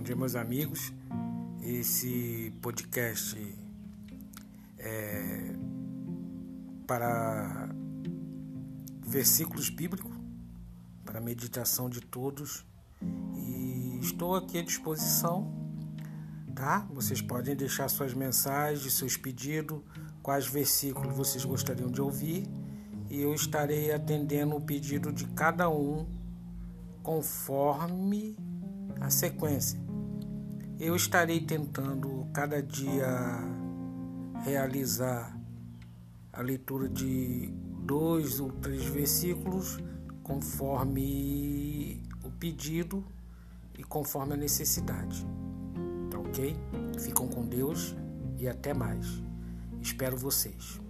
dia, meus amigos. Esse podcast é para versículos bíblicos, para a meditação de todos. E estou aqui à disposição, tá? Vocês podem deixar suas mensagens, seus pedidos, quais versículos vocês gostariam de ouvir, e eu estarei atendendo o pedido de cada um conforme a sequência. Eu estarei tentando cada dia realizar a leitura de 2 ou 3 versículos conforme o pedido e conforme a necessidade. Tá ok? Ficam com Deus e até mais. Espero vocês.